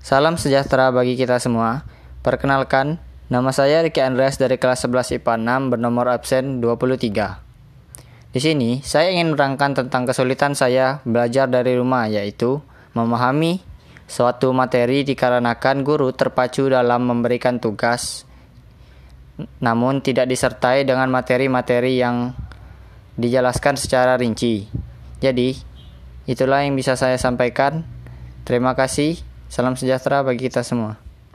Salam sejahtera bagi kita semua. Perkenalkan, nama saya Ricky Andreas dari kelas 11 IPA 6 bernomor absen 23. Di sini, saya ingin menerangkan tentang kesulitan saya belajar dari rumah, yaitu memahami suatu materi dikarenakan guru terpacu dalam memberikan tugas, namun tidak disertai dengan materi-materi yang dijelaskan secara rinci. Jadi, itulah yang bisa saya sampaikan. Terima kasih. Salam sejahtera bagi kita semua.